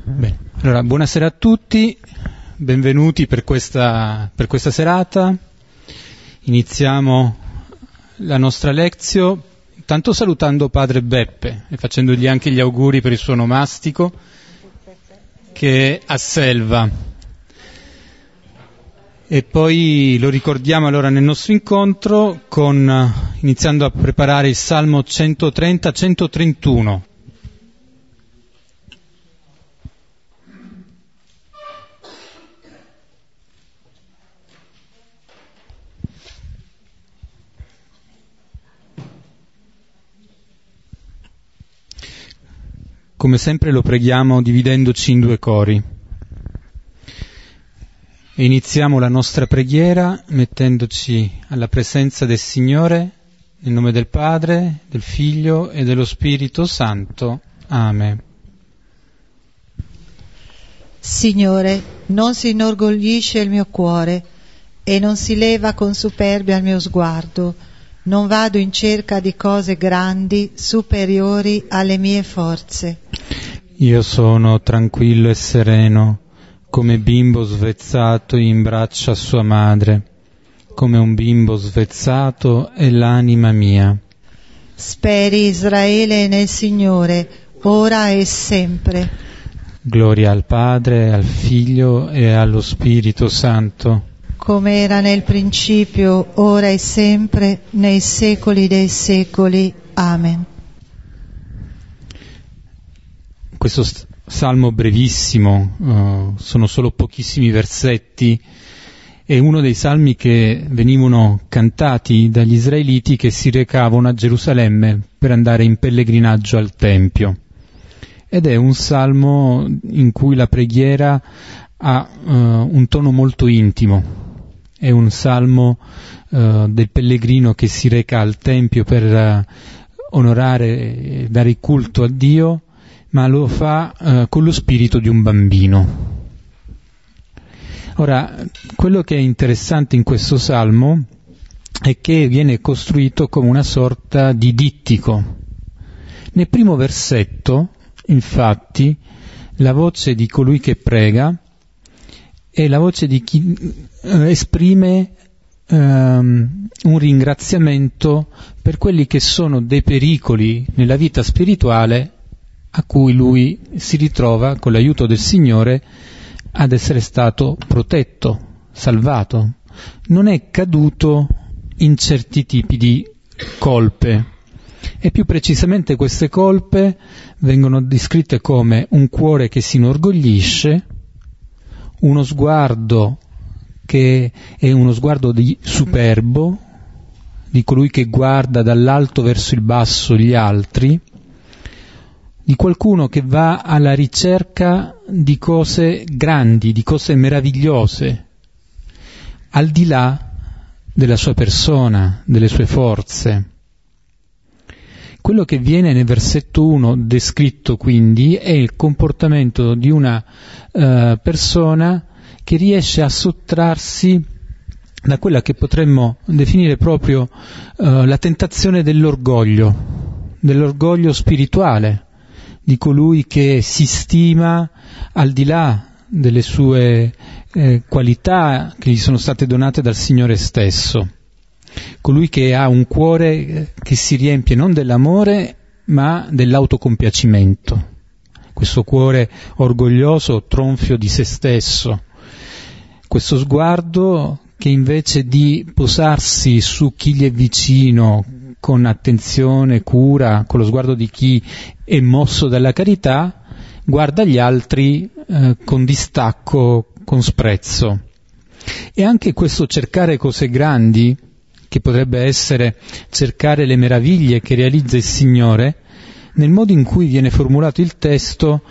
Bene. Allora, buonasera a tutti, benvenuti per questa serata. Iniziamo la nostra lezione, tanto salutando Padre Beppe e facendogli anche gli auguri per il suo onomastico che è a Selva. E poi lo ricordiamo allora nel nostro incontro iniziando a preparare il Salmo 130-131. Come sempre lo preghiamo dividendoci in due cori. E iniziamo la nostra preghiera mettendoci alla presenza del Signore, nel nome del Padre, del Figlio e dello Spirito Santo. Amen. Signore, non si inorgoglisce il mio cuore e non si leva con superbia il mio sguardo. Non vado in cerca di cose grandi, superiori alle mie forze. Io sono tranquillo e sereno, come bimbo svezzato in braccio a sua madre. Come un bimbo svezzato è l'anima mia. Speri Israele nel Signore, ora e sempre. Gloria al Padre, al Figlio e allo Spirito Santo. Come era nel principio, ora e sempre, nei secoli dei secoli. Amen. Questo salmo brevissimo, sono solo pochissimi versetti, è uno dei salmi che venivano cantati dagli israeliti che si recavano a Gerusalemme per andare in pellegrinaggio al Tempio. Ed è un salmo in cui la preghiera ha un tono molto intimo. È un salmo del pellegrino che si reca al Tempio per onorare e dare culto a Dio, ma lo fa con lo spirito di un bambino. Ora, quello che è interessante in questo salmo è che viene costruito come una sorta di dittico. Nel primo versetto, infatti, la voce di colui che prega è la voce di chi esprime un ringraziamento per quelli che sono dei pericoli nella vita spirituale a cui lui si ritrova, con l'aiuto del Signore, ad essere stato protetto, salvato. Non è caduto in certi tipi di colpe. E più precisamente queste colpe vengono descritte come un cuore che si inorgoglisce, uno sguardo che è uno sguardo di superbo, di colui che guarda dall'alto verso il basso gli altri, di qualcuno che va alla ricerca di cose grandi, di cose meravigliose, al di là della sua persona, delle sue forze. Quello che viene nel versetto 1 descritto quindi è il comportamento di una persona che riesce a sottrarsi da quella che potremmo definire proprio la tentazione dell'orgoglio spirituale, di colui che si stima al di là delle sue qualità che gli sono state donate dal Signore stesso. Colui che ha un cuore che si riempie non dell'amore ma dell'autocompiacimento, questo cuore orgoglioso, tronfio di se stesso, questo sguardo che invece di posarsi su chi gli è vicino con attenzione, cura, con lo sguardo di chi è mosso dalla carità, guarda gli altri con distacco, con sprezzo. E anche questo cercare cose grandi, che potrebbe essere cercare le meraviglie che realizza il Signore, nel modo in cui viene formulato il testo,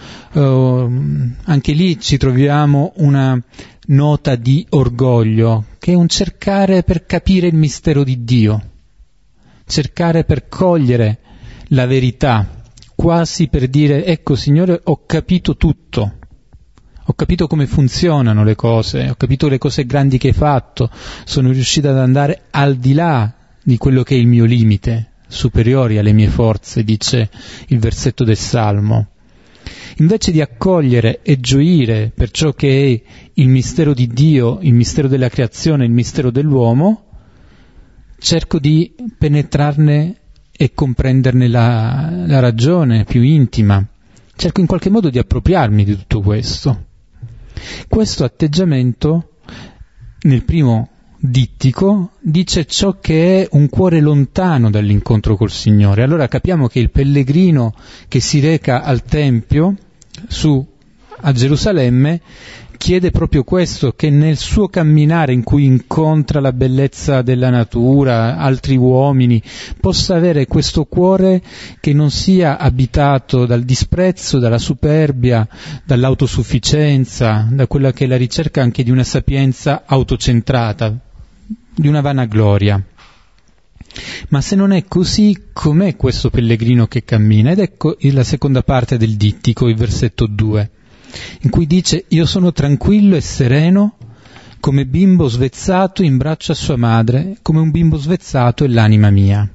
anche lì ci troviamo una nota di orgoglio, che è un cercare per capire il mistero di Dio, cercare per cogliere la verità, quasi per dire: ecco Signore, ho capito tutto. Ho capito come funzionano le cose, ho capito le cose grandi che hai fatto, sono riuscito ad andare al di là di quello che è il mio limite, superiori alle mie forze, dice il versetto del Salmo. invece di accogliere e gioire per ciò che è il mistero di Dio, il mistero della creazione, il mistero dell'uomo, cerco di penetrarne e comprenderne la ragione più intima. Cerco in qualche modo di appropriarmi di tutto questo. Questo atteggiamento, nel primo dittico, dice ciò che è un cuore lontano dall'incontro col Signore. Allora capiamo che il pellegrino che si reca al Tempio, a Gerusalemme, chiede proprio questo, che nel suo camminare in cui incontra la bellezza della natura, altri uomini, possa avere questo cuore che non sia abitato dal disprezzo, dalla superbia, dall'autosufficienza, da quella che è la ricerca anche di una sapienza autocentrata, di una vanagloria. Ma se non è così, com'è questo pellegrino che cammina? Ed ecco la seconda parte del dittico, il versetto 2. In cui dice: io sono tranquillo e sereno come bimbo svezzato in braccio a sua madre, come un bimbo svezzato è l'anima mia.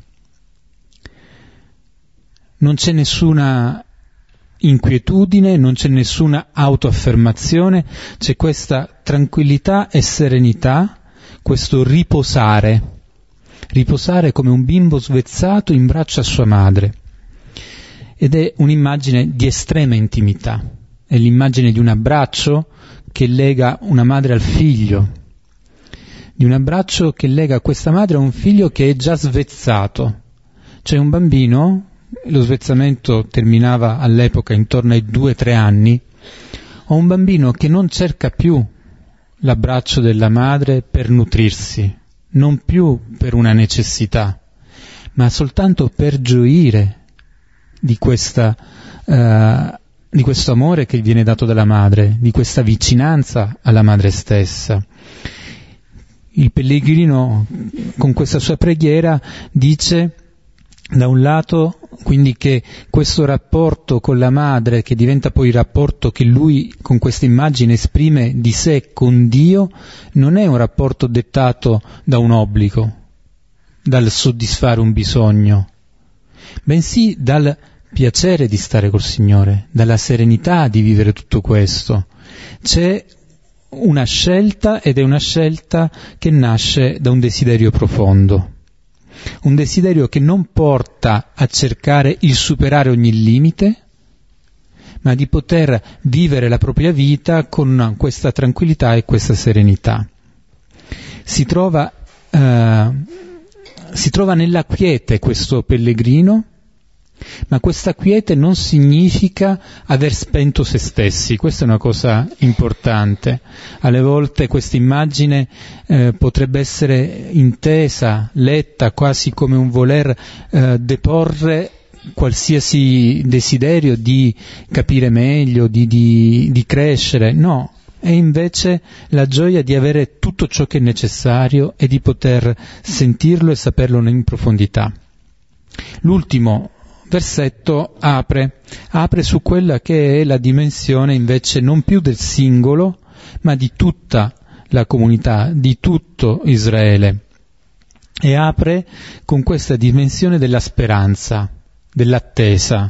Non c'è nessuna inquietudine, non c'è nessuna autoaffermazione, c'è questa tranquillità e serenità, questo riposare come un bimbo svezzato in braccio a sua madre. Ed è un'immagine di estrema intimità. È l'immagine di un abbraccio che lega una madre al figlio, di un abbraccio che lega questa madre a un figlio che è già svezzato. Cioè un bambino, lo svezzamento terminava all'epoca intorno ai 2-3 anni, o un bambino che non cerca più l'abbraccio della madre per nutrirsi, non più per una necessità, ma soltanto per gioire di questo amore che viene dato dalla madre, di questa vicinanza alla madre stessa. Il pellegrino con questa sua preghiera dice, da un lato, quindi, che questo rapporto con la madre, che diventa poi il rapporto che lui con questa immagine esprime di sé con Dio, non è un rapporto dettato da un obbligo, dal soddisfare un bisogno, bensì dal piacere di stare col Signore, dalla serenità di vivere tutto questo. C'è una scelta, ed è una scelta che nasce da un desiderio profondo, un desiderio che non porta a cercare il superare ogni limite, ma di poter vivere la propria vita con questa tranquillità e questa serenità. Si trova nella quiete questo pellegrino, ma questa quiete non significa aver spento se stessi. Questa è una cosa importante. Alle volte questa immagine potrebbe essere intesa, letta quasi come un voler deporre qualsiasi desiderio di capire meglio, di crescere. No, è invece la gioia di avere tutto ciò che è necessario e di poter sentirlo e saperlo in profondità. L'ultimo versetto apre su quella che è la dimensione invece non più del singolo, ma di tutta la comunità, di tutto Israele, e apre con questa dimensione della speranza, dell'attesa,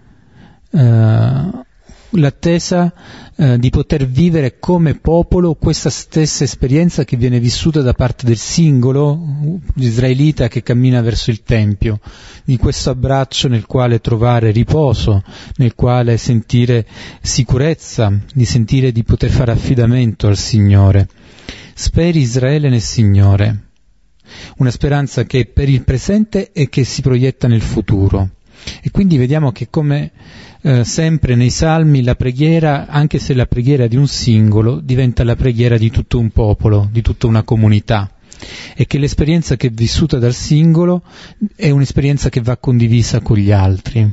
l'attesa di poter vivere come popolo questa stessa esperienza che viene vissuta da parte del singolo israelita che cammina verso il Tempio, di questo abbraccio nel quale trovare riposo, nel quale sentire sicurezza, di sentire di poter fare affidamento al Signore. Speri Israele nel Signore, una speranza che è per il presente e che si proietta nel futuro. E quindi vediamo che come sempre nei Salmi la preghiera, anche se la preghiera di un singolo, diventa la preghiera di tutto un popolo, di tutta una comunità, e che l'esperienza che è vissuta dal singolo è un'esperienza che va condivisa con gli altri.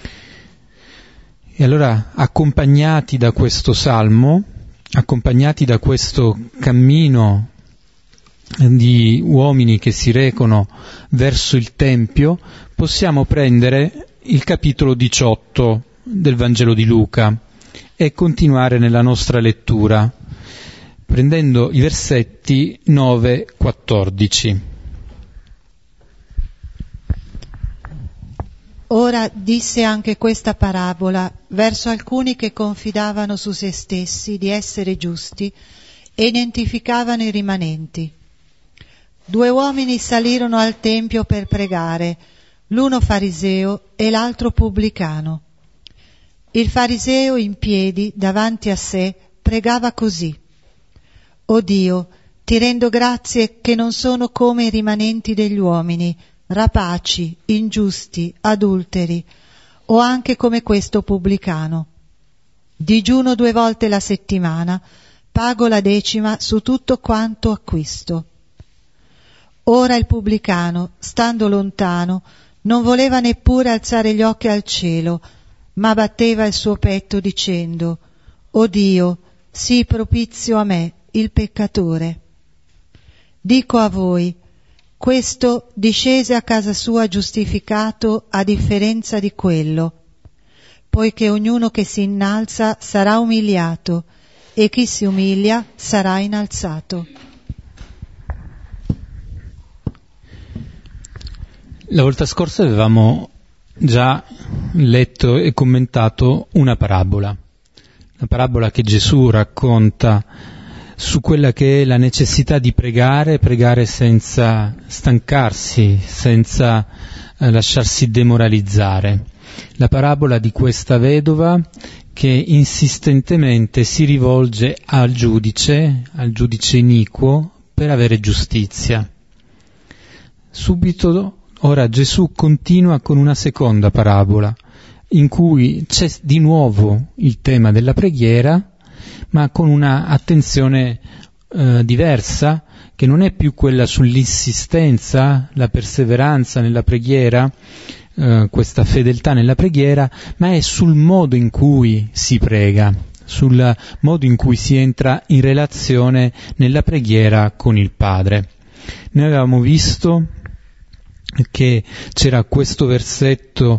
E allora, accompagnati da questo Salmo, accompagnati da questo cammino di uomini che si recano verso il Tempio, possiamo prendere il capitolo 18 del Vangelo di Luca e continuare nella nostra lettura, prendendo i versetti 9-14. Ora disse anche questa parabola verso alcuni che confidavano su se stessi di essere giusti e identificavano i rimanenti. 2 uomini salirono al tempio per pregare, l'uno fariseo e l'altro pubblicano. Il fariseo in piedi davanti a sé pregava così: «O Dio, ti rendo grazie che non sono come i rimanenti degli uomini, rapaci, ingiusti, adulteri, o anche come questo pubblicano. Digiuno 2 volte la settimana, pago la 10ª su tutto quanto acquisto». Ora il pubblicano, stando lontano, non voleva neppure alzare gli occhi al cielo, ma batteva il suo petto dicendo: «O Dio, sii propizio a me, il peccatore». Dico a voi, questo discese a casa sua giustificato a differenza di quello, poiché ognuno che si innalza sarà umiliato e chi si umilia sarà innalzato. La volta scorsa avevamo già letto e commentato una parabola che Gesù racconta su quella che è la necessità di pregare senza stancarsi, senza lasciarsi demoralizzare. La parabola di questa vedova che insistentemente si rivolge al giudice iniquo per avere giustizia. Subito ora Gesù continua con una seconda parabola, in cui c'è di nuovo il tema della preghiera, ma con una attenzione diversa, che non è più quella sull'insistenza, la perseveranza nella preghiera, questa fedeltà nella preghiera, ma è sul modo in cui si prega, sul modo in cui si entra in relazione nella preghiera con il Padre. Noi avevamo visto che c'era questo versetto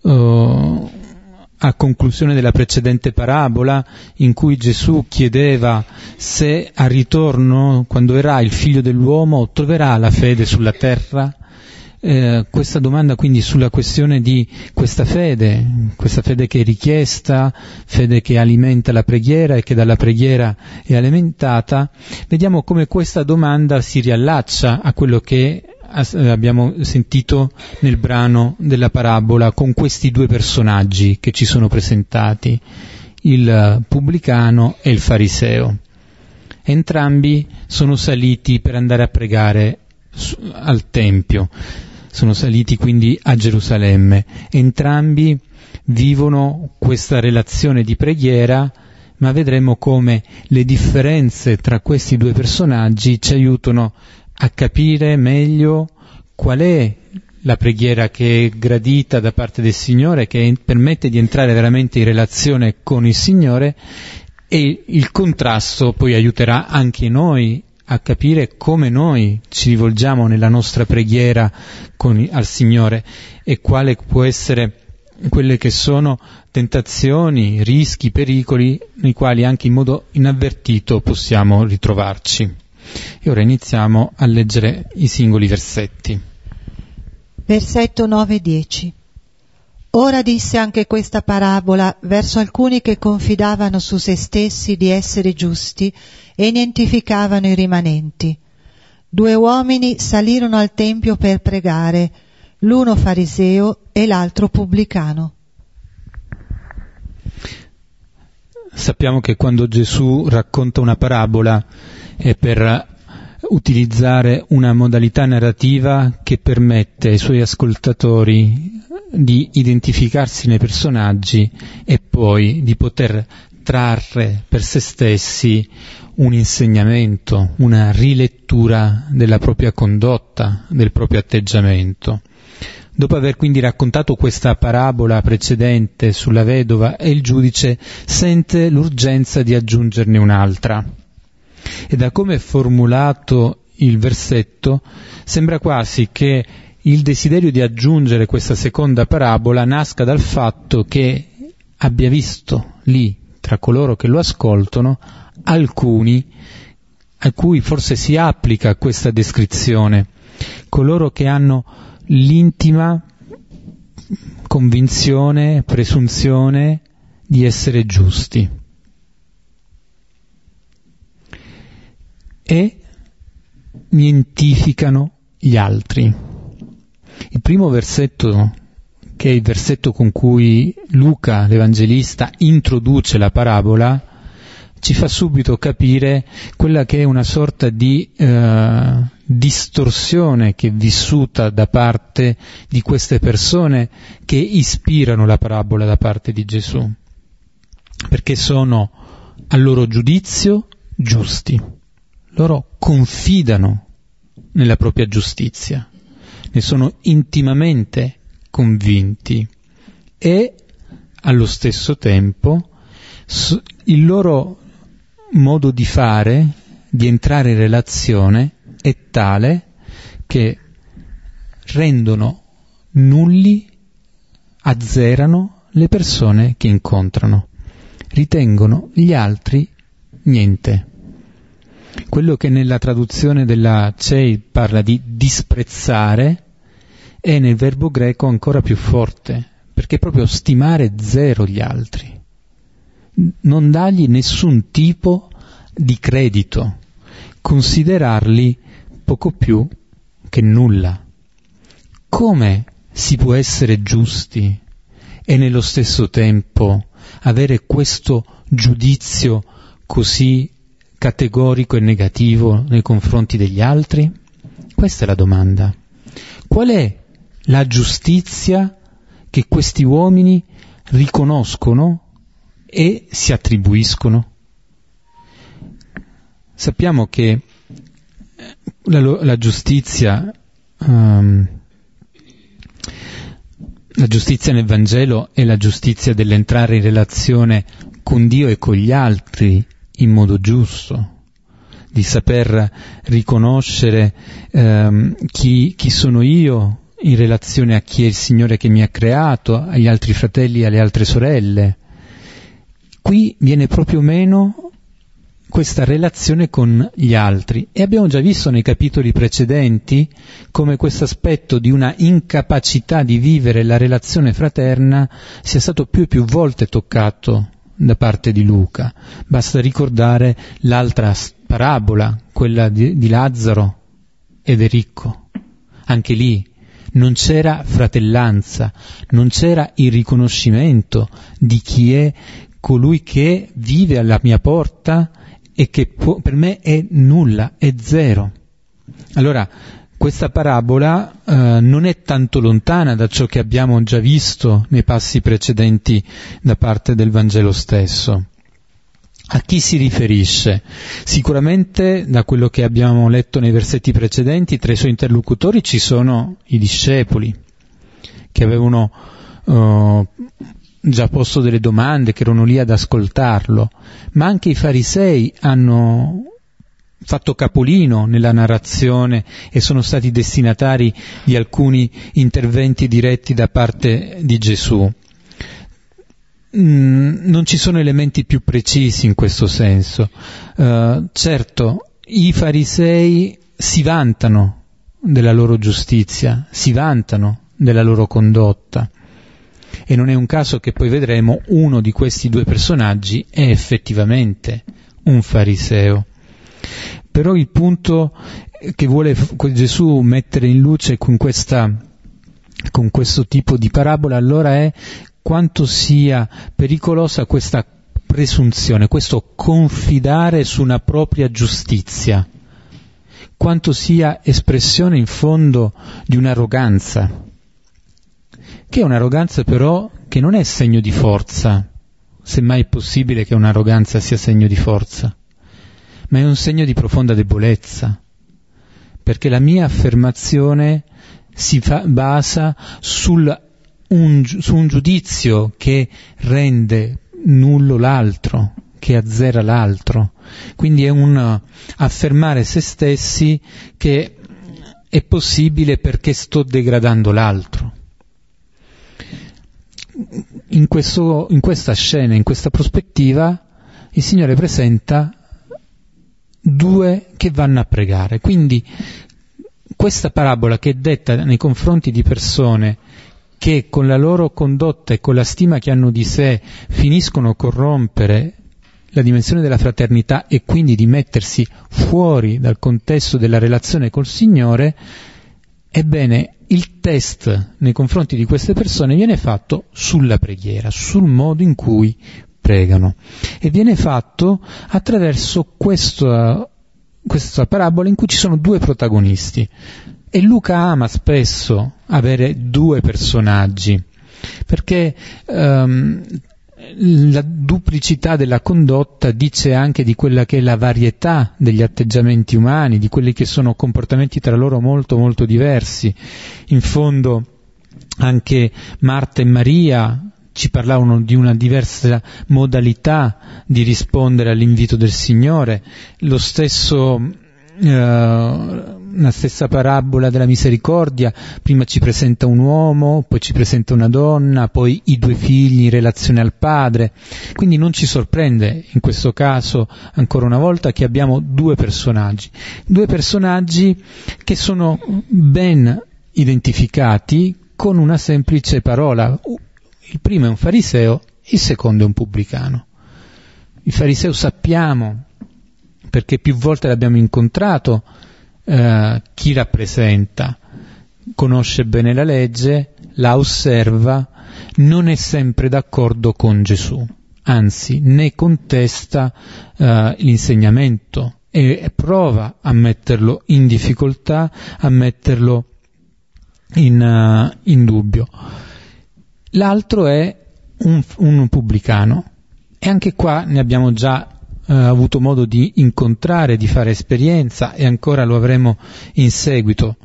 a conclusione della precedente parabola in cui Gesù chiedeva se al ritorno, quando verrà il Figlio dell'uomo, troverà la fede sulla terra. Questa domanda quindi sulla questione di questa fede che è richiesta, fede che alimenta la preghiera e che dalla preghiera è alimentata. Vediamo come questa domanda si riallaccia a quello che abbiamo sentito nel brano della parabola con questi 2 personaggi che ci sono presentati, il pubblicano e il fariseo. Entrambi sono saliti per andare a pregare al Tempio, sono saliti quindi a Gerusalemme. Entrambi vivono questa relazione di preghiera, ma vedremo come le differenze tra questi 2 personaggi ci aiutano a capire meglio qual è la preghiera che è gradita da parte del Signore, che permette di entrare veramente in relazione con il Signore, e il contrasto poi aiuterà anche noi a capire come noi ci rivolgiamo nella nostra preghiera al Signore e quale può essere quelle che sono tentazioni, rischi, pericoli nei quali anche in modo inavvertito possiamo ritrovarci. E ora iniziamo a leggere i singoli versetti. Versetto 9-10. Ora disse anche questa parabola verso alcuni che confidavano su se stessi di essere giusti e identificavano i rimanenti. 2 uomini salirono al tempio per pregare, l'uno fariseo e l'altro pubblicano. Sappiamo che quando Gesù racconta una parabola è per utilizzare una modalità narrativa che permette ai suoi ascoltatori di identificarsi nei personaggi e poi di poter trarre per se stessi un insegnamento, una rilettura della propria condotta, del proprio atteggiamento. Dopo aver quindi raccontato questa parabola precedente sulla vedova, il giudice sente l'urgenza di aggiungerne un'altra. E da come è formulato il versetto, sembra quasi che il desiderio di aggiungere questa seconda parabola nasca dal fatto che abbia visto lì, tra coloro che lo ascoltano, alcuni a cui forse si applica questa descrizione, coloro che hanno l'intima convinzione, presunzione di essere giusti. E nientificano gli altri. Il primo versetto, che è il versetto con cui Luca, l'Evangelista, introduce la parabola, ci fa subito capire quella che è una sorta di distorsione che è vissuta da parte di queste persone che ispirano la parabola da parte di Gesù, perché sono a loro giudizio giusti, loro confidano nella propria giustizia, ne sono intimamente convinti e allo stesso tempo il loro modo di fare, di entrare in relazione, è tale che rendono nulli, azzerano le persone che incontrano, ritengono gli altri niente. Quello che nella traduzione della CEI parla di disprezzare è nel verbo greco ancora più forte, perché è proprio stimare zero gli altri, non dargli nessun tipo di credito, considerarli poco più che nulla. Come si può essere giusti e nello stesso tempo avere questo giudizio così categorico e negativo nei confronti degli altri? Questa è la domanda. Qual è la giustizia che questi uomini riconoscono e si attribuiscono? Sappiamo che la giustizia nel Vangelo è la giustizia dell'entrare in relazione con Dio e con gli altri in modo giusto, di saper riconoscere chi sono io in relazione a chi è il Signore che mi ha creato, agli altri fratelli e alle altre sorelle. Qui viene proprio meno questa relazione con gli altri e abbiamo già visto nei capitoli precedenti come questo aspetto di una incapacità di vivere la relazione fraterna sia stato più e più volte toccato da parte di Luca. Basta ricordare l'altra parabola, quella di Lazzaro e del ricco. Anche lì non c'era fratellanza, non c'era il riconoscimento di chi è colui che vive alla mia porta e che per me è nulla, è zero. Allora, questa parabola non è tanto lontana da ciò che abbiamo già visto nei passi precedenti da parte del Vangelo stesso. A chi si riferisce? Sicuramente, da quello che abbiamo letto nei versetti precedenti, tra i suoi interlocutori ci sono i discepoli, che avevano già posto delle domande, che erano lì ad ascoltarlo, ma anche i farisei hanno fatto capolino nella narrazione e sono stati destinatari di alcuni interventi diretti da parte di Gesù. Non ci sono elementi più precisi in questo senso. Certo, i farisei si vantano della loro giustizia, si vantano della loro condotta. E non è un caso che poi vedremo uno di questi due personaggi è effettivamente un fariseo. Però il punto che vuole Gesù mettere in luce con questo tipo di parabola allora è quanto sia pericolosa questa presunzione, questo confidare su una propria giustizia, quanto sia espressione in fondo di un'arroganza, che è un'arroganza però che non è segno di forza, semmai è possibile che un'arroganza sia segno di forza, ma è un segno di profonda debolezza, perché la mia affermazione si basa su un giudizio che rende nullo l'altro, che azzera l'altro. Quindi è un affermare se stessi che è possibile perché sto degradando l'altro. In questa scena, in questa prospettiva, il Signore presenta due che vanno a pregare. Quindi questa parabola che è detta nei confronti di persone che con la loro condotta e con la stima che hanno di sé finiscono a corrompere la dimensione della fraternità e quindi di mettersi fuori dal contesto della relazione col Signore, ebbene il test nei confronti di queste persone viene fatto sulla preghiera, sul modo in cui pregano, e viene fatto attraverso questa parabola in cui ci sono due protagonisti. E Luca ama spesso avere due personaggi, perché la duplicità della condotta dice anche di quella che è la varietà degli atteggiamenti umani, di quelli che sono comportamenti tra loro molto molto diversi. In fondo anche Marta e Maria ci parlavano di una diversa modalità di rispondere all'invito del Signore. Lo stesso una stessa parabola della misericordia, prima ci presenta un uomo, poi ci presenta una donna, poi i due figli in relazione al padre. Quindi non ci sorprende in questo caso, ancora una volta, che abbiamo due personaggi che sono ben identificati con una semplice parola. Il primo è un fariseo, il secondo è un pubblicano. Il fariseo sappiamo, perché più volte l'abbiamo incontrato, chi rappresenta, conosce bene la legge, la osserva, non è sempre d'accordo con Gesù, anzi ne contesta l'insegnamento e prova a metterlo in difficoltà, a metterlo in dubbio. L'altro è un pubblicano, e anche qua ne abbiamo già avuto modo di incontrare, di fare esperienza, e ancora lo avremo in seguito.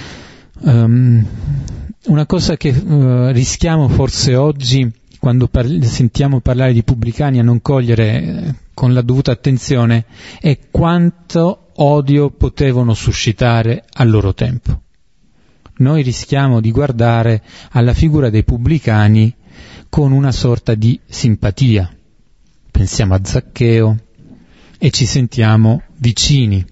Una cosa che rischiamo forse oggi, quando sentiamo parlare di pubblicani, a non cogliere con la dovuta attenzione, è quanto odio potevano suscitare al loro tempo. Noi rischiamo di guardare alla figura dei pubblicani con una sorta di simpatia. Pensiamo a Zaccheo e ci sentiamo vicini.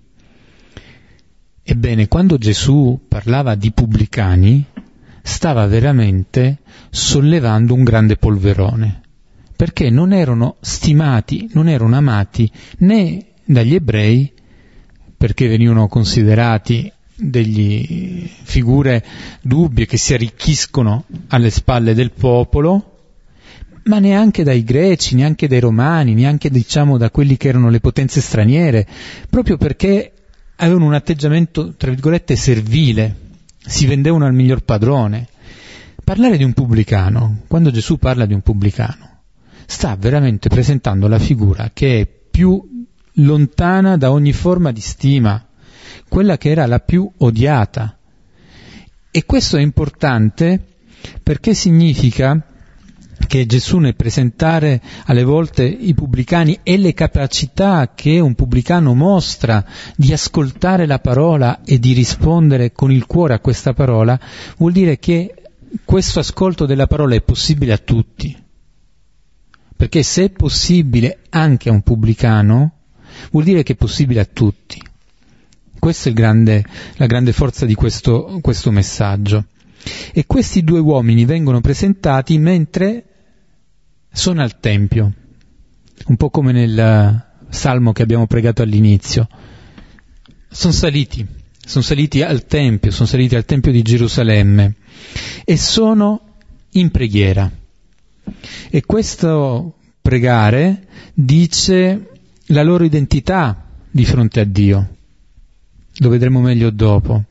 Ebbene, quando Gesù parlava di pubblicani, stava veramente sollevando un grande polverone, perché non erano stimati, non erano amati né dagli ebrei, perché venivano considerati degli figure dubbie che si arricchiscono alle spalle del popolo, ma neanche dai greci, neanche dai romani, neanche da quelli che erano le potenze straniere, proprio perché avevano un atteggiamento, tra virgolette, servile, si vendevano al miglior padrone. Parlare di un pubblicano, quando Gesù parla di un pubblicano, sta veramente presentando la figura che è più lontana da ogni forma di stima, quella che era la più odiata. E questo è importante perché significa che Gesù, nel presentare alle volte i pubblicani e le capacità che un pubblicano mostra di ascoltare la parola e di rispondere con il cuore a questa parola, vuol dire che questo ascolto della parola è possibile a tutti. Perché se è possibile anche a un pubblicano, vuol dire che è possibile a tutti. Questa è la grande forza di questo messaggio. E questi due uomini vengono presentati mentre sono al Tempio, un po' come nel salmo che abbiamo pregato all'inizio. Sono saliti al Tempio di Gerusalemme e sono in preghiera. E questo pregare dice la loro identità di fronte a Dio. Lo vedremo meglio dopo.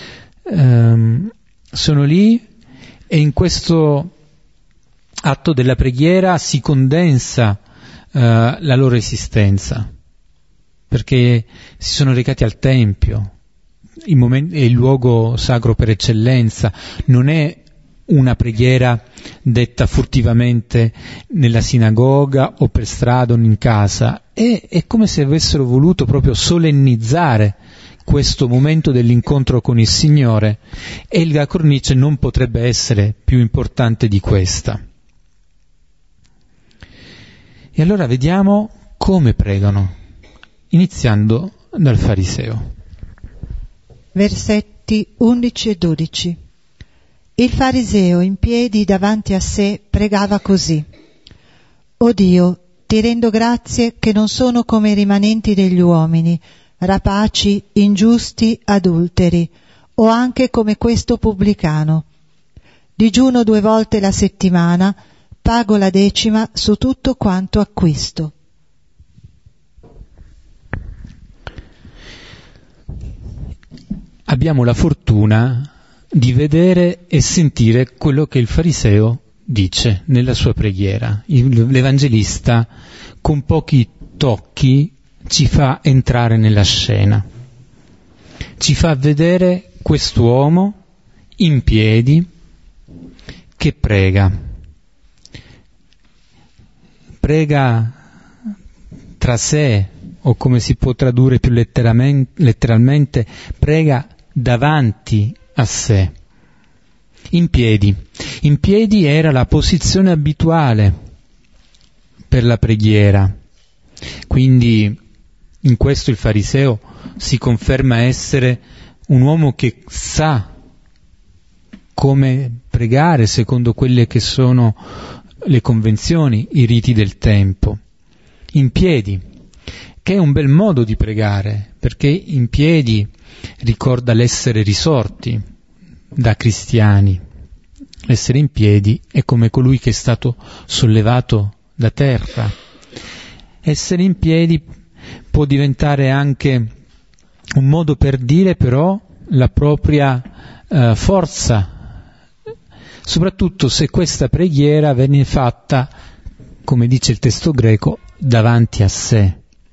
Sono lì e in questo atto della preghiera si condensa la loro esistenza, perché si sono recati al Tempio, è il luogo sacro per eccellenza. Non è una preghiera detta furtivamente nella sinagoga o per strada o in casa, è come se avessero voluto proprio solennizzare questo momento dell'incontro con il Signore, e la cornice non potrebbe essere più importante di questa. E allora vediamo come pregano, iniziando dal fariseo. Versetti 11 e 12. Il fariseo in piedi davanti a sé pregava così: «O Dio, ti rendo grazie che non sono come i rimanenti degli uomini, rapaci, ingiusti, adulteri, o anche come questo pubblicano. Digiuno 2 volte la settimana, pago la 10ª su tutto quanto acquisto». Abbiamo la fortuna di vedere e sentire quello che il fariseo dice nella sua preghiera. L'Evangelista con pochi tocchi ci fa entrare nella scena, ci fa vedere quest'uomo in piedi che prega tra sé, o come si può tradurre più letteralmente, prega davanti a sé, in piedi. In piedi era la posizione abituale per la preghiera, quindi in questo il fariseo si conferma essere un uomo che sa come pregare secondo quelle che sono le convenzioni, i riti del tempo. In piedi, che è un bel modo di pregare, perché in piedi ricorda l'essere risorti da cristiani. L'essere in piedi è come colui che è stato sollevato da terra. Essere in piedi può diventare anche un modo per dire però la propria forza, soprattutto se questa preghiera viene fatta, come dice il testo greco, davanti a sé.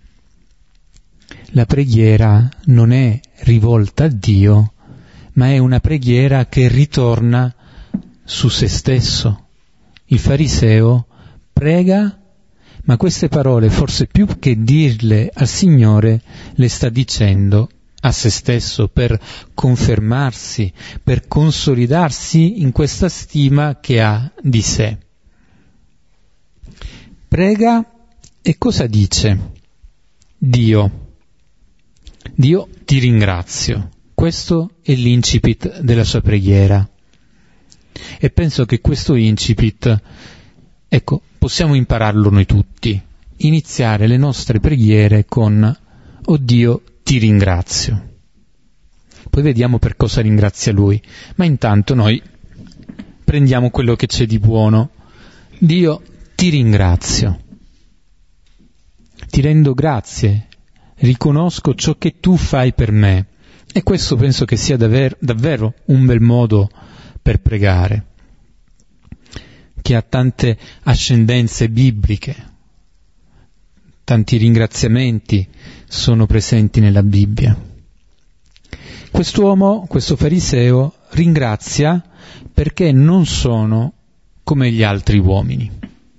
La preghiera non è rivolta a Dio, ma è una preghiera che ritorna su se stesso. Il fariseo prega, ma queste parole, forse più che dirle al Signore, le sta dicendo a se stesso per confermarsi, per consolidarsi in questa stima che ha di sé. Prega e cosa dice? Dio ti ringrazio. Questo è l'incipit della sua preghiera. E penso che questo incipit, possiamo impararlo noi tutti. Iniziare le nostre preghiere con «Oh Dio, ti ringrazio». Poi vediamo per cosa ringrazia Lui. Ma intanto noi prendiamo quello che c'è di buono. Dio, ti ringrazio. Ti rendo grazie. Riconosco ciò che tu fai per me. E questo penso che sia davvero un bel modo per pregare, che ha tante ascendenze bibliche, tanti ringraziamenti sono presenti nella Bibbia. Quest'uomo, questo fariseo, ringrazia perché non sono come gli altri uomini.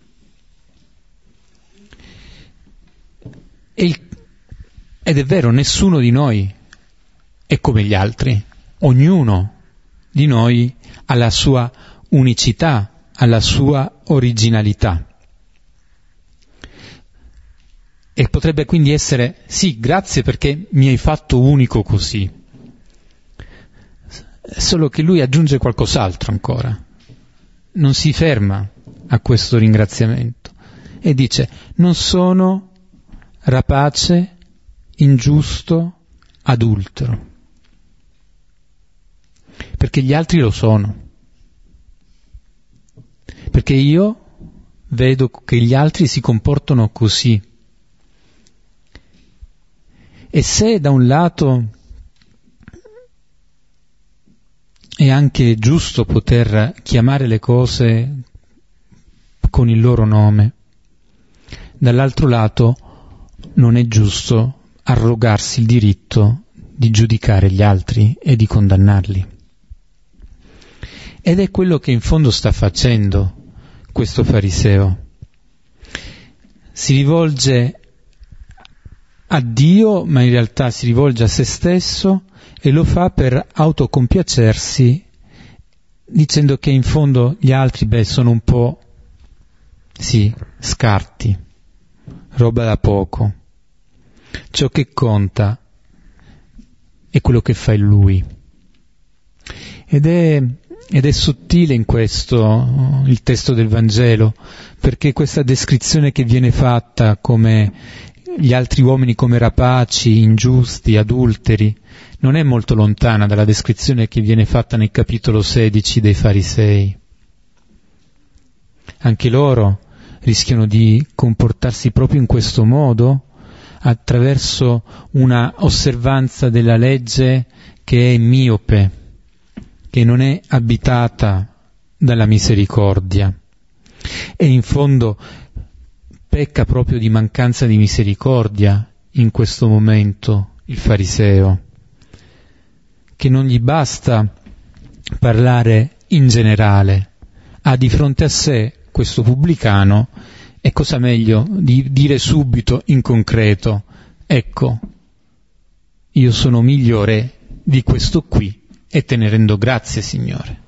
Ed è vero, nessuno di noi è come gli altri. Ognuno di noi ha la sua unicità, ha la sua originalità. E potrebbe quindi essere, sì, grazie perché mi hai fatto unico così. Solo che lui aggiunge qualcos'altro ancora. Non si ferma a questo ringraziamento e dice: non sono rapace, ingiusto, adultero. Perché gli altri lo sono. Perché io vedo che gli altri si comportano così. E se da un lato è anche giusto poter chiamare le cose con il loro nome, dall'altro lato non è giusto arrogarsi il diritto di giudicare gli altri e di condannarli. Ed è quello che in fondo sta facendo questo fariseo. Si rivolge a Dio, ma in realtà si rivolge a se stesso e lo fa per autocompiacersi, dicendo che in fondo gli altri, sono un po', scarti, roba da poco. Ciò che conta è quello che fa lui. Ed è Ed è sottile in questo il testo del Vangelo, perché questa descrizione che viene fatta come gli altri uomini come rapaci, ingiusti, adulteri, non è molto lontana dalla descrizione che viene fatta nel capitolo 16 dei Farisei. Anche loro rischiano di comportarsi proprio in questo modo, attraverso una osservanza della legge che è miope, che non è abitata dalla misericordia, e in fondo pecca proprio di mancanza di misericordia in questo momento il fariseo, che non gli basta parlare in generale, ha di fronte a sé questo pubblicano e cosa meglio di dire subito in concreto: ecco, io sono migliore di questo qui e te ne rendo grazie, Signore.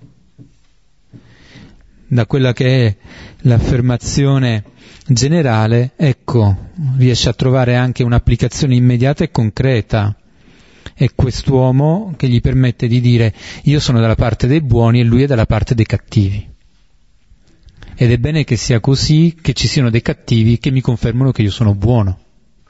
Da quella che è l'affermazione generale, ecco, riesce a trovare anche un'applicazione immediata e concreta. È quest'uomo che gli permette di dire: io sono dalla parte dei buoni e lui è dalla parte dei cattivi. Ed è bene che sia così, che ci siano dei cattivi che mi confermano che io sono buono.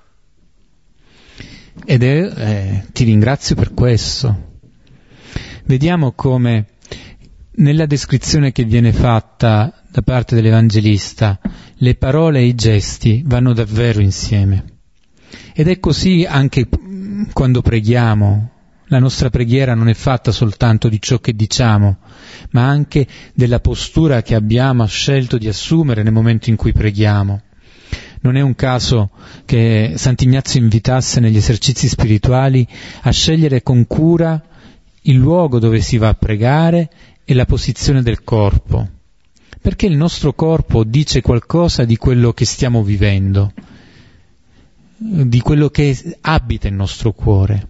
Ti ringrazio per questo. Vediamo come nella descrizione che viene fatta da parte dell'Evangelista le parole e i gesti vanno davvero insieme. Ed è così anche quando preghiamo. La nostra preghiera non è fatta soltanto di ciò che diciamo, ma anche della postura che abbiamo scelto di assumere nel momento in cui preghiamo. Non è un caso che Sant'Ignazio invitasse negli esercizi spirituali a scegliere con cura il luogo dove si va a pregare e la posizione del corpo, perché il nostro corpo dice qualcosa di quello che stiamo vivendo, di quello che abita il nostro cuore.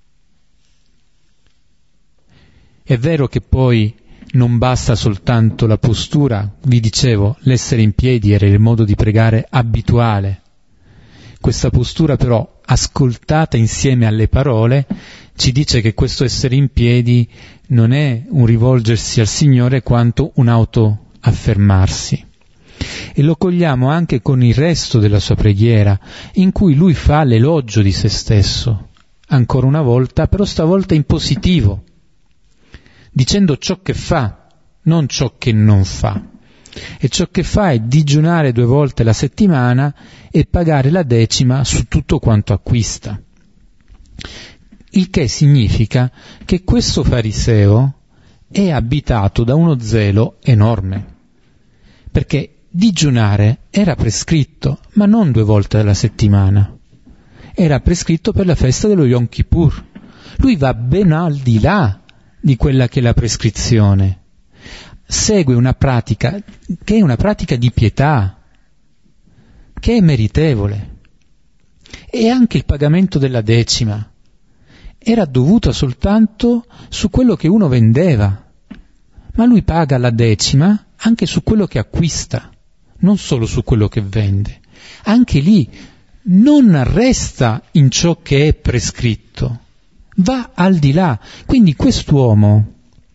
È vero che poi non basta soltanto la postura, vi dicevo, l'essere in piedi era il modo di pregare abituale. Questa postura però, ascoltata insieme alle parole, ci dice che questo essere in piedi non è un rivolgersi al Signore quanto un autoaffermarsi. E lo cogliamo anche con il resto della sua preghiera, in cui lui fa l'elogio di se stesso, ancora una volta, però stavolta in positivo, dicendo ciò che fa, non ciò che non fa. E ciò che fa è digiunare 2 volte la settimana e pagare la 10ª su tutto quanto acquista. Il che significa che questo fariseo è abitato da uno zelo enorme, perché digiunare era prescritto, ma non 2 volte alla settimana. Era prescritto per la festa dello Yom Kippur. Lui va ben al di là di quella che è la prescrizione. Segue una pratica che è una pratica di pietà, che è meritevole. E anche il pagamento della 10ª era dovuto soltanto su quello che uno vendeva, ma lui paga la 10ª anche su quello che acquista, non solo su quello che vende. Anche lì non resta in ciò che è prescritto, va al di là. Quindi quest'uomo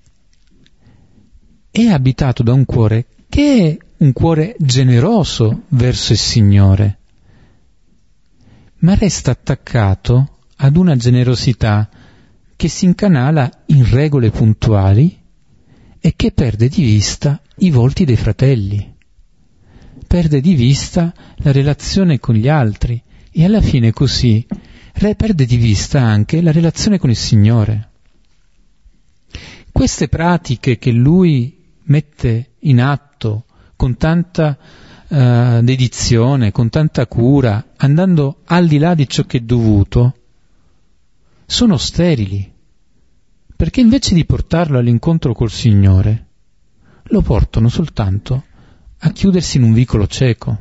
è abitato da un cuore che è un cuore generoso verso il Signore, ma resta attaccato ad una generosità che si incanala in regole puntuali e che perde di vista i volti dei fratelli, perde di vista la relazione con gli altri e alla fine così perde di vista anche la relazione con il Signore. Queste pratiche che lui mette in atto con tanta dedizione, con tanta cura, andando al di là di ciò che è dovuto, sono sterili, perché invece di portarlo all'incontro col Signore, lo portano soltanto a chiudersi in un vicolo cieco.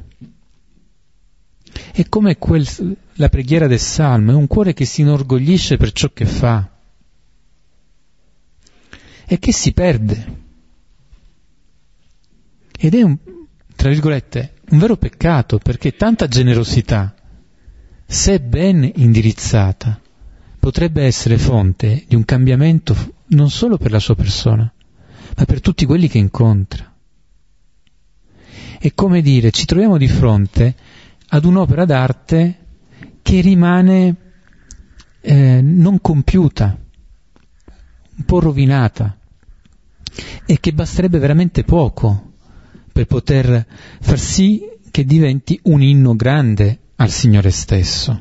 È come la preghiera del Salmo, è un cuore che si inorgoglisce per ciò che fa e che si perde. Ed è tra virgolette, un vero peccato, perché tanta generosità, se ben indirizzata, potrebbe essere fonte di un cambiamento non solo per la sua persona, ma per tutti quelli che incontra. È come dire, ci troviamo di fronte ad un'opera d'arte che rimane non compiuta, un po' rovinata, e che basterebbe veramente poco per poter far sì che diventi un inno grande al Signore stesso.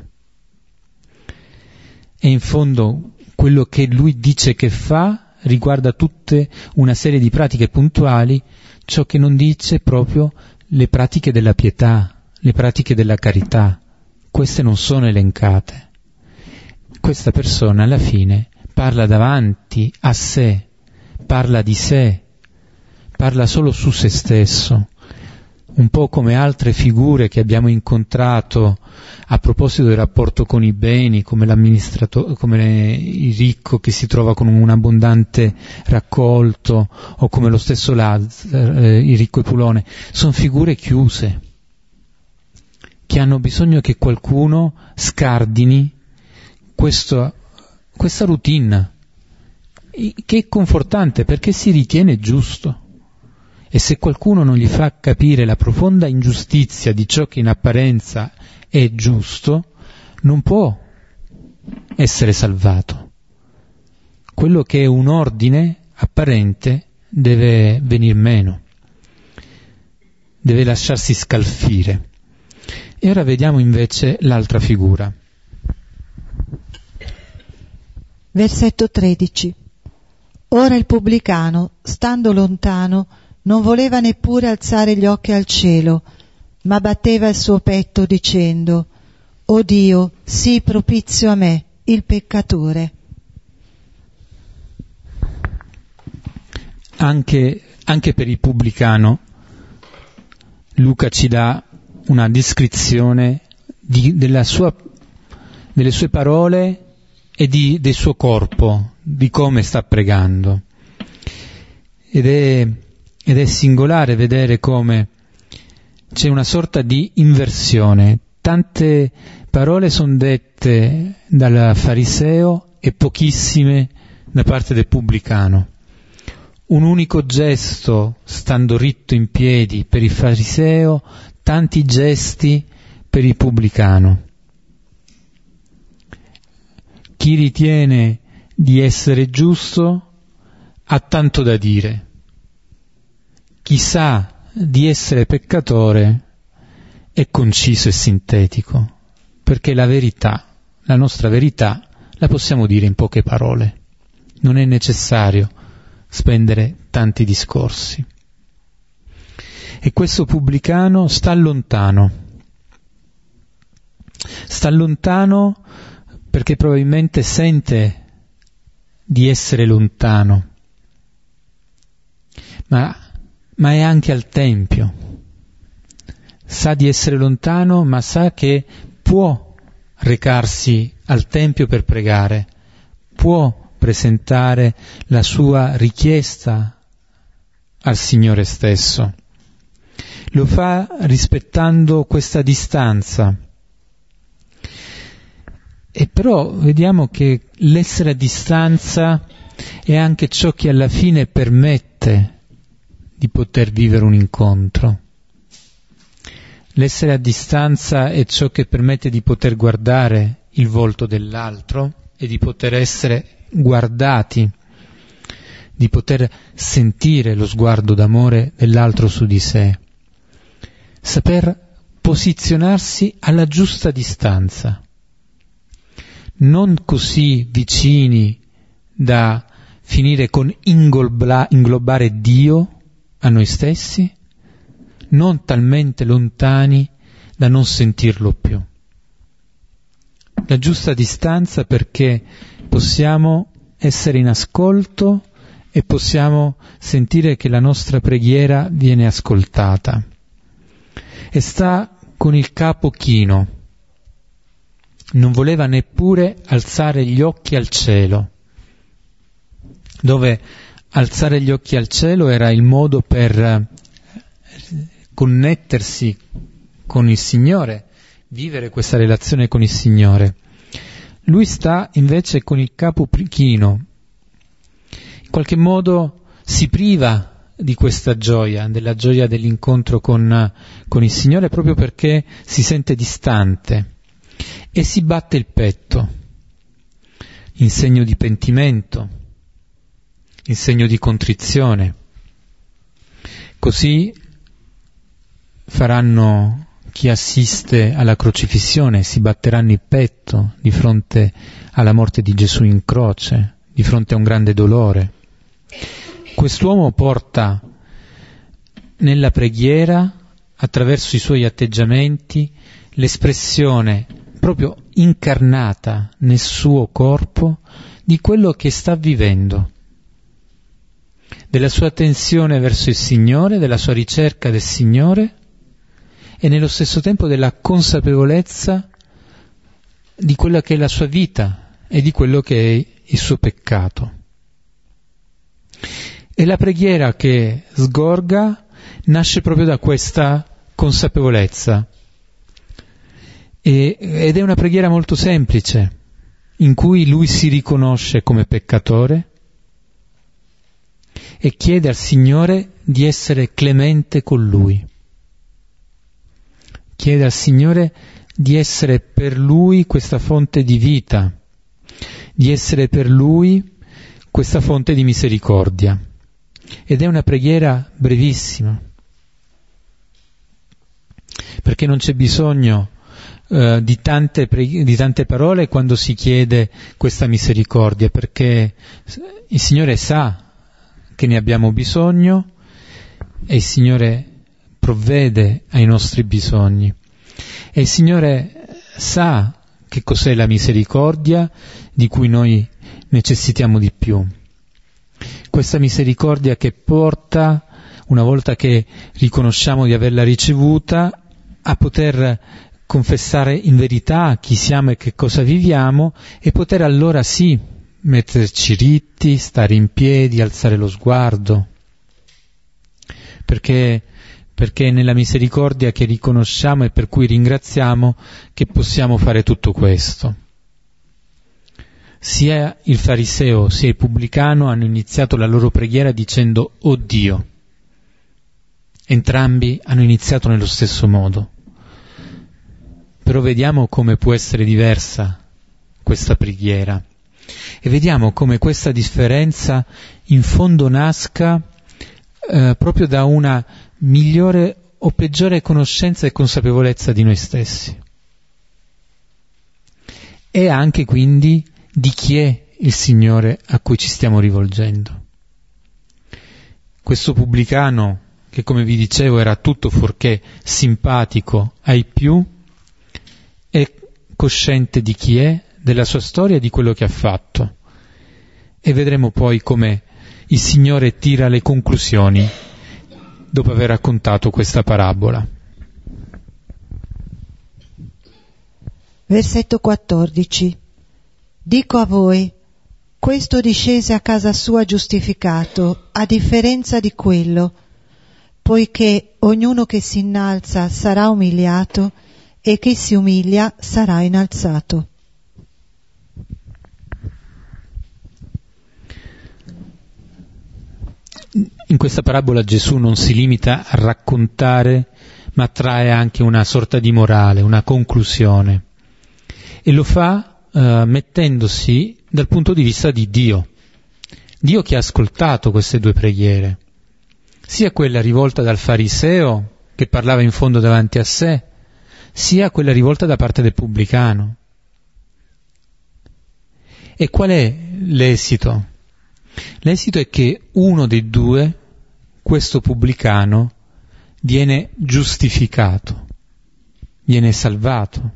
E in fondo quello che lui dice che fa riguarda tutte una serie di pratiche puntuali, ciò che non dice proprio le pratiche della pietà, le pratiche della carità. Queste non sono elencate. Questa persona alla fine parla davanti a sé, parla di sé, parla solo su se stesso, un po' come altre figure che abbiamo incontrato a proposito del rapporto con i beni, come l'amministratore, come il ricco che si trova con un abbondante raccolto, o come lo stesso Lazzaro, il ricco Epulone. Sono figure chiuse, che hanno bisogno che qualcuno scardini questa routine, che è confortante perché si ritiene giusto. E se qualcuno non gli fa capire la profonda ingiustizia di ciò che in apparenza è giusto, non può essere salvato. Quello che è un ordine apparente deve venir meno, deve lasciarsi scalfire. E ora vediamo invece l'altra figura. Versetto 13. Ora il pubblicano, stando lontano, non voleva neppure alzare gli occhi al cielo, ma batteva il suo petto dicendo: «O Dio, sii propizio a me, il peccatore». Anche per il pubblicano Luca ci dà una descrizione delle sue parole e del suo corpo, di come sta pregando. Ed è singolare vedere come c'è una sorta di inversione. Tante parole sono dette dal fariseo e pochissime da parte del pubblicano. Un unico gesto stando ritto in piedi per il fariseo, tanti gesti per il pubblicano. Chi ritiene di essere giusto ha tanto da dire. Chi sa di essere peccatore è conciso e sintetico, perché la verità, la nostra verità, la possiamo dire in poche parole. Non è necessario spendere tanti discorsi. E questo pubblicano sta lontano perché probabilmente sente di essere lontano, ma è anche al Tempio. Sa di essere lontano, ma sa che può recarsi al Tempio per pregare, può presentare la sua richiesta al Signore stesso. Lo fa rispettando questa distanza. E però vediamo che l'essere a distanza è anche ciò che alla fine permette di poter vivere un incontro. L'essere a distanza è ciò che permette di poter guardare il volto dell'altro e di poter essere guardati, di poter sentire lo sguardo d'amore dell'altro su di sé. Saper posizionarsi alla giusta distanza, non così vicini da finire con inglobare Dio a noi stessi, non talmente lontani da non sentirlo più. La giusta distanza perché possiamo essere in ascolto e possiamo sentire che la nostra preghiera viene ascoltata. E sta con il capo chino, non voleva neppure alzare gli occhi al cielo, dove alzare gli occhi al cielo era il modo per connettersi con il Signore, vivere questa relazione con il Signore. Lui sta invece con il capo chino, in qualche modo si priva di questa gioia, della gioia dell'incontro con il Signore, proprio perché si sente distante e si batte il petto in segno di pentimento, in segno di contrizione. Così faranno chi assiste alla crocifissione, si batteranno il petto di fronte alla morte di Gesù in croce, di fronte a un grande dolore. Quest'uomo porta nella preghiera, attraverso i suoi atteggiamenti, l'espressione proprio incarnata nel suo corpo di quello che sta vivendo, della sua tensione verso il Signore, della sua ricerca del Signore e nello stesso tempo della consapevolezza di quella che è la sua vita e di quello che è il suo peccato. E la preghiera che sgorga nasce proprio da questa consapevolezza ed è una preghiera molto semplice, in cui lui si riconosce come peccatore e chiede al Signore di essere clemente con lui. Chiede al Signore di essere per lui questa fonte di vita, di essere per lui questa fonte di misericordia. Ed è una preghiera brevissima, perché non c'è bisogno di tante parole quando si chiede questa misericordia, perché il Signore sa che ne abbiamo bisogno e il Signore provvede ai nostri bisogni e il Signore sa che cos'è la misericordia di cui noi necessitiamo di più. Questa misericordia che porta, una volta che riconosciamo di averla ricevuta, a poter confessare in verità chi siamo e che cosa viviamo e poter allora sì metterci ritti, stare in piedi, alzare lo sguardo, perché è nella misericordia che riconosciamo e per cui ringraziamo che possiamo fare tutto questo. Sia il fariseo sia il pubblicano hanno iniziato la loro preghiera dicendo «O Dio». Entrambi hanno iniziato nello stesso modo. Però vediamo come può essere diversa questa preghiera e vediamo come questa differenza in fondo nasca proprio da una migliore o peggiore conoscenza e consapevolezza di noi stessi. E anche quindi di chi è il Signore a cui ci stiamo rivolgendo. Questo pubblicano, che come vi dicevo era tutto fuorché simpatico ai più, è cosciente di chi è, della sua storia e di quello che ha fatto. E vedremo poi come il Signore tira le conclusioni dopo aver raccontato questa parabola. Versetto 14. Dico a voi, questo discese a casa sua giustificato, a differenza di quello, poiché ognuno che si innalza sarà umiliato e chi si umilia sarà innalzato. In questa parabola Gesù non si limita a raccontare, ma trae anche una sorta di morale, una conclusione. E lo fa mettendosi dal punto di vista di Dio. Dio che ha ascoltato queste due preghiere, sia quella rivolta dal fariseo, che parlava in fondo davanti a sé, sia quella rivolta da parte del pubblicano. E qual è l'esito? L'esito è che uno dei due, questo pubblicano, viene giustificato, viene salvato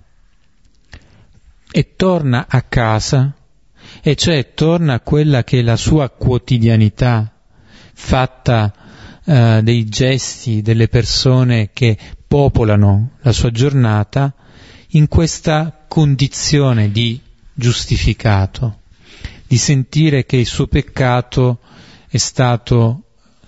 e torna a casa, e cioè torna a quella che è la sua quotidianità, fatta dei gesti delle persone che popolano la sua giornata, in questa condizione di giustificato, di sentire che il suo peccato è stato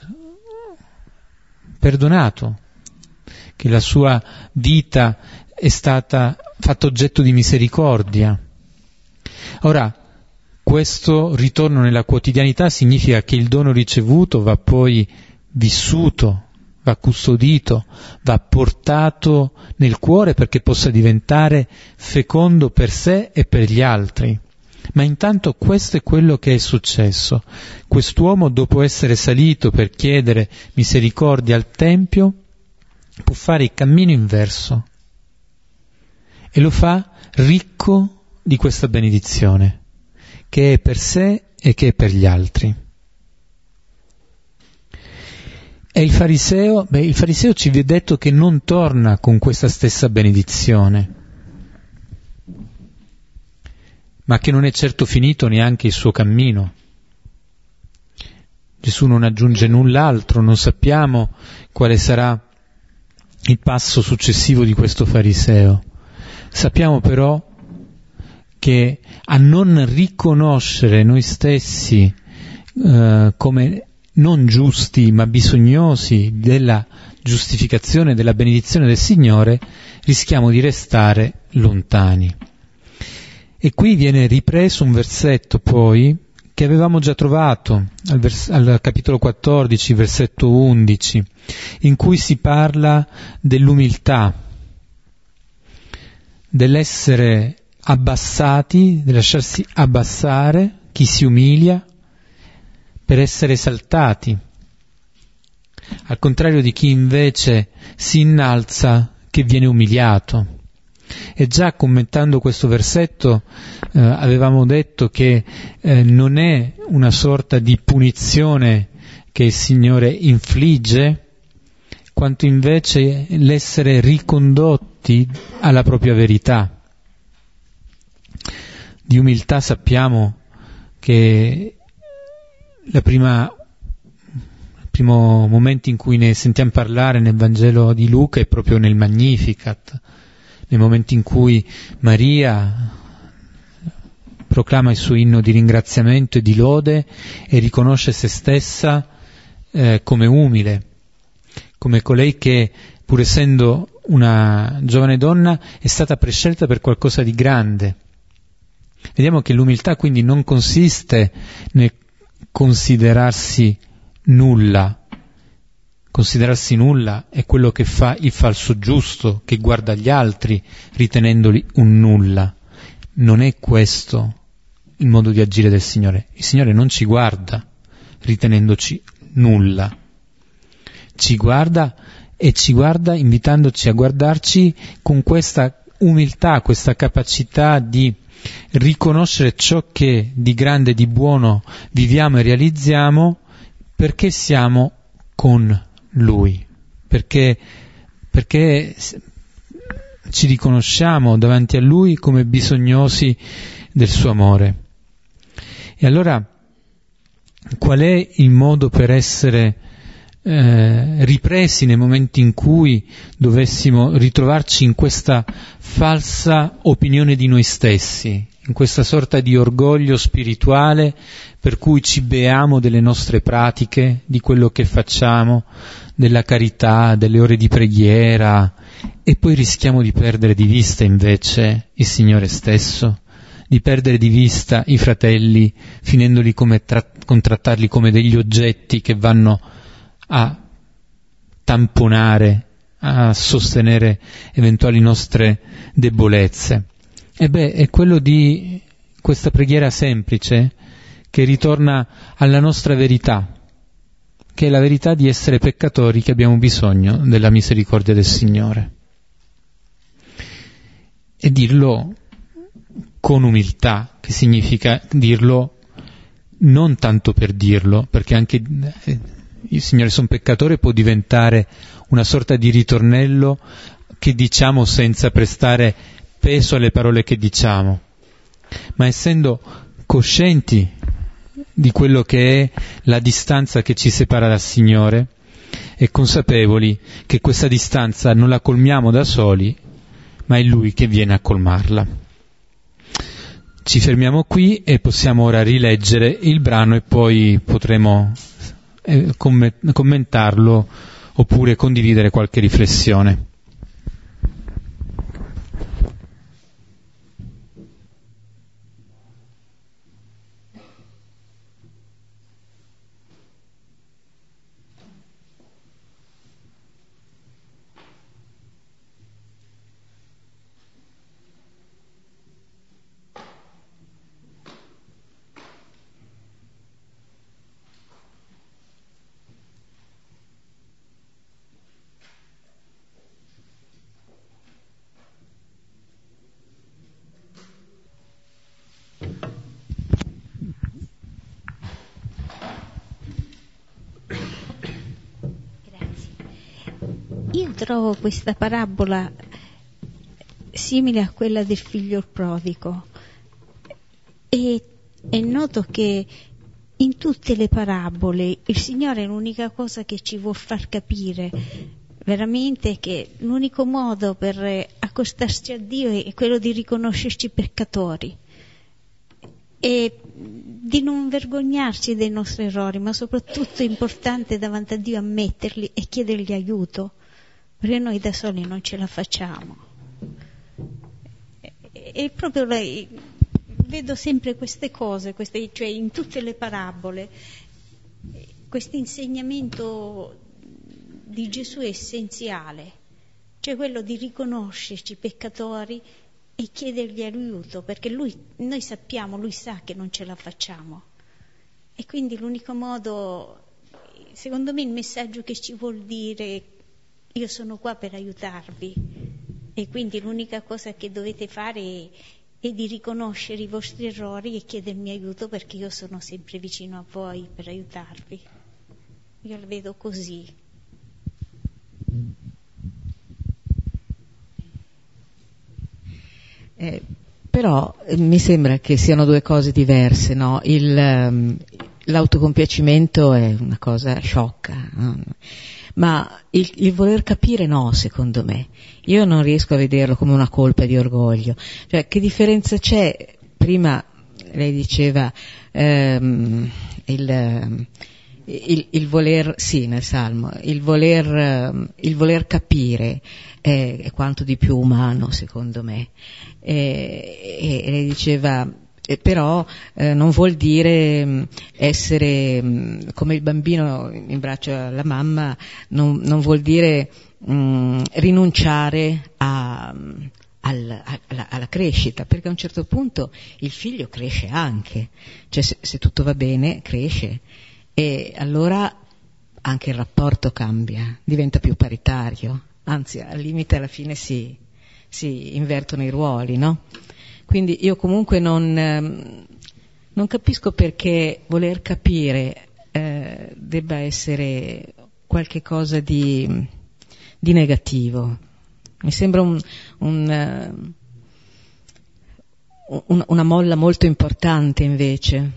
perdonato, che la sua vita è stata fatta oggetto di misericordia. Ora, questo ritorno nella quotidianità significa che il dono ricevuto va poi vissuto, va custodito, va portato nel cuore perché possa diventare fecondo per sé e per gli altri. Ma intanto questo è quello che è successo. Quest'uomo, dopo essere salito per chiedere misericordia al Tempio, può fare il cammino inverso e lo fa ricco di questa benedizione, che è per sé e che è per gli altri. E il fariseo ci vi è detto che non torna con questa stessa benedizione, ma che non è certo finito neanche il suo cammino. Gesù non aggiunge null'altro, non sappiamo quale sarà il passo successivo di questo fariseo. Sappiamo però che a non riconoscere noi stessi come non giusti ma bisognosi della giustificazione, della benedizione del Signore, rischiamo di restare lontani. E qui viene ripreso un versetto poi che avevamo già trovato al capitolo 14, versetto 11, in cui si parla dell'umiltà, dell'essere abbassati, di lasciarsi abbassare, chi si umilia per essere esaltati, al contrario di chi invece si innalza che viene umiliato. E già commentando questo versetto avevamo detto che non è una sorta di punizione che il Signore infligge, quanto invece l'essere ricondotti alla propria verità. Di umiltà sappiamo che il primo momento in cui ne sentiamo parlare nel Vangelo di Luca è proprio nel Magnificat, nel momento in cui Maria proclama il suo inno di ringraziamento e di lode e riconosce se stessa come umile, come colei che, pur essendo una giovane donna, è stata prescelta per qualcosa di grande. Vediamo che l'umiltà quindi non consiste nel considerarsi nulla. Considerarsi nulla è quello che fa il falso giusto, che guarda gli altri ritenendoli un nulla. Non è questo il modo di agire del Signore. Il Signore non ci guarda ritenendoci nulla. Ci guarda e ci guarda invitandoci a guardarci con questa umiltà, questa capacità di riconoscere ciò che di grande e di buono viviamo e realizziamo perché siamo con Lui, perché ci riconosciamo davanti a Lui come bisognosi del suo amore. E allora qual è il modo per essere ripresi nei momenti in cui dovessimo ritrovarci in questa falsa opinione di noi stessi, in questa sorta di orgoglio spirituale per cui ci beamo delle nostre pratiche, di quello che facciamo, della carità, delle ore di preghiera, e poi rischiamo di perdere di vista invece il Signore stesso, di perdere di vista i fratelli, finendoli come contrattarli come degli oggetti che vanno a tamponare, a sostenere eventuali nostre debolezze. È quello di questa preghiera semplice che ritorna alla nostra verità, che è la verità di essere peccatori che abbiamo bisogno della misericordia del Signore. E dirlo con umiltà, che significa dirlo non tanto per dirlo, perché anche il Signore sono peccatore può diventare una sorta di ritornello che diciamo senza prestare peso alle parole che diciamo, ma essendo coscienti di quello che è la distanza che ci separa dal Signore e consapevoli che questa distanza non la colmiamo da soli, ma è Lui che viene a colmarla. Ci fermiamo qui e possiamo ora rileggere il brano e poi potremo commentarlo oppure condividere qualche riflessione. trovo questa parabola simile a quella del figlio prodigo, e noto che in tutte le parabole il Signore è l'unica cosa che ci vuol far capire veramente che l'unico modo per accostarci a Dio è quello di riconoscerci peccatori e di non vergognarci dei nostri errori, ma soprattutto è importante davanti a Dio ammetterli e chiedergli aiuto, perché noi da soli non ce la facciamo. E proprio vedo sempre queste cose, cioè in tutte le parabole, questo insegnamento di Gesù è essenziale, cioè quello di riconoscerci peccatori e chiedergli aiuto, perché noi sappiamo, lui sa che non ce la facciamo, e quindi l'unico modo, secondo me il messaggio che ci vuol dire: io sono qua per aiutarvi, e quindi l'unica cosa che dovete fare è di riconoscere i vostri errori e chiedermi aiuto, perché io sono sempre vicino a voi per aiutarvi. Io lo vedo così. Però mi sembra che siano due cose diverse, no? L'autocompiacimento è una cosa sciocca, no? Ma il voler capire no, secondo me. Io non riesco a vederlo come una colpa di orgoglio. Cioè, che differenza c'è? Prima lei diceva il voler, sì, nel Salmo, il voler capire è quanto di più umano, secondo me. E lei diceva, però non vuol dire essere come il bambino in braccio alla mamma, non vuol dire rinunciare alla crescita, perché a un certo punto il figlio cresce anche, cioè se tutto va bene cresce, e allora anche il rapporto cambia, diventa più paritario, anzi al limite alla fine si invertono i ruoli, no? Quindi io comunque non capisco perché voler capire debba essere qualche cosa di negativo. Mi sembra una molla molto importante invece.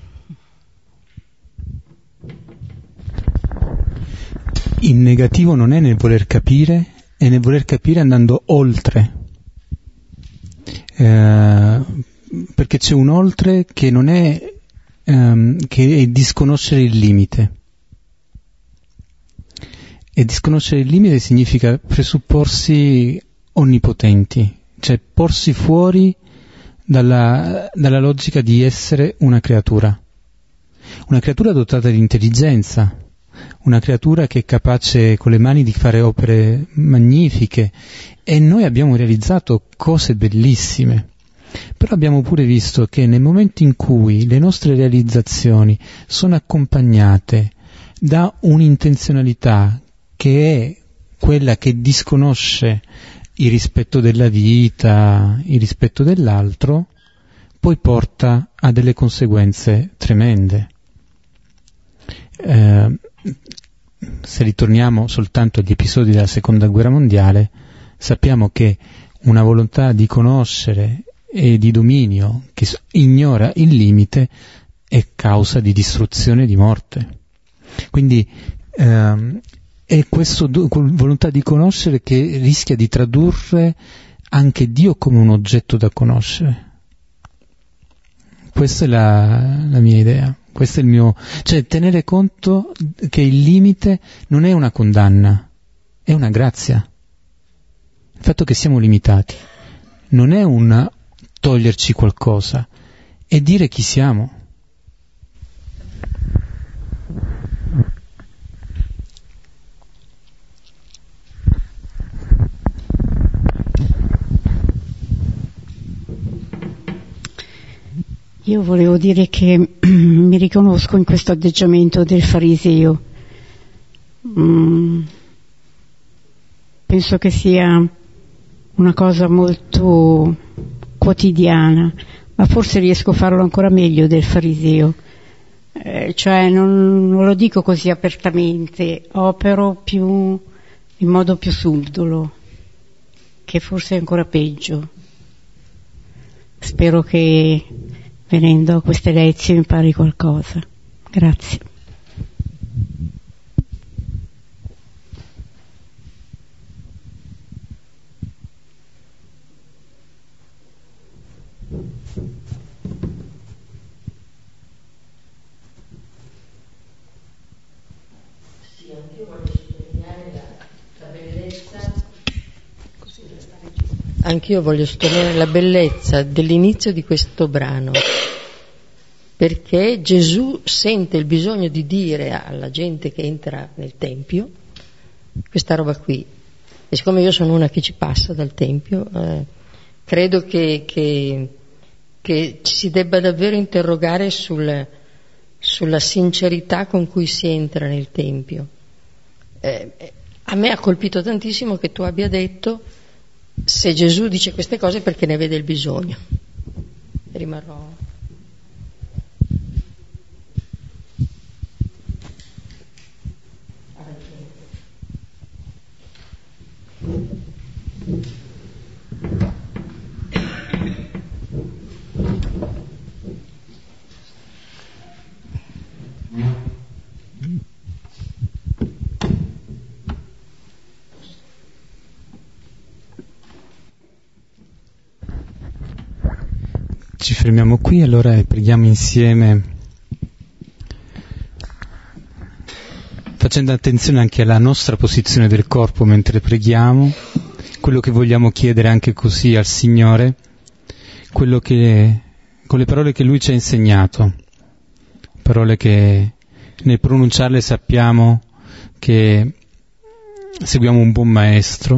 Il negativo non è nel voler capire, è nel voler capire andando oltre. Perché c'è un oltre che non è che è disconoscere il limite, e disconoscere il limite significa presupporsi onnipotenti, cioè porsi fuori dalla logica di essere una creatura dotata di intelligenza, una creatura che è capace con le mani di fare opere magnifiche, e noi abbiamo realizzato cose bellissime, però abbiamo pure visto che nel momento in cui le nostre realizzazioni sono accompagnate da un'intenzionalità che è quella che disconosce il rispetto della vita, il rispetto dell'altro, poi porta a delle conseguenze tremende. Se ritorniamo soltanto agli episodi della Seconda Guerra Mondiale, sappiamo che una volontà di conoscere e di dominio che ignora il limite è causa di distruzione e di morte. Quindi è questa volontà di conoscere che rischia di tradurre anche Dio come un oggetto da conoscere. Questa è la mia idea. Questo è il mio, cioè tenere conto che il limite non è una condanna, è una grazia. Il fatto che siamo limitati non è un toglierci qualcosa, è dire chi siamo. Io volevo dire che mi riconosco in questo atteggiamento del fariseo. Penso che sia una cosa molto quotidiana, ma forse riesco a farlo ancora meglio del fariseo. Cioè non lo dico così apertamente, opero più in modo più subdolo, che forse è ancora peggio. Spero che venendo a queste lezioni impari qualcosa. Grazie. Anch'io voglio sottolineare la bellezza dell'inizio di questo brano, perché Gesù sente il bisogno di dire alla gente che entra nel Tempio questa roba qui. E siccome io sono una che ci passa dal Tempio, credo che ci si debba davvero interrogare sulla sincerità con cui si entra nel Tempio. A me ha colpito tantissimo che tu abbia detto: se Gesù dice queste cose perché ne vede il bisogno. Rimarrò. Ci fermiamo qui allora e preghiamo insieme, facendo attenzione anche alla nostra posizione del corpo mentre preghiamo, quello che vogliamo chiedere anche così al Signore, quello che, con le parole che Lui ci ha insegnato, parole che nel pronunciarle sappiamo che seguiamo un buon maestro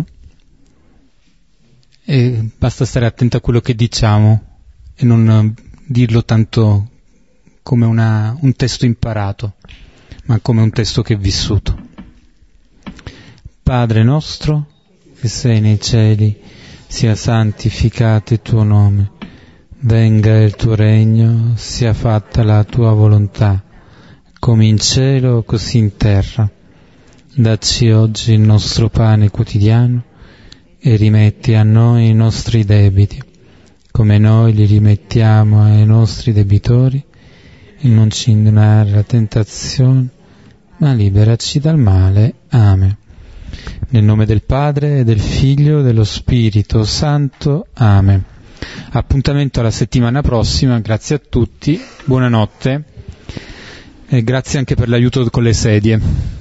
e basta stare attento a quello che diciamo e non dirlo tanto come un testo imparato, ma come un testo che è vissuto. Padre nostro, che sei nei cieli, sia santificato il tuo nome, venga il tuo regno, sia fatta la tua volontà, come in cielo così in terra. Dacci oggi il nostro pane quotidiano e rimetti a noi i nostri debiti, come noi li rimettiamo ai nostri debitori, e non ci indurre alla tentazione, ma liberaci dal male. Amen. Nel nome del Padre, e del Figlio, e dello Spirito Santo. Amen. Appuntamento alla settimana prossima, grazie a tutti, buonanotte e grazie anche per l'aiuto con le sedie.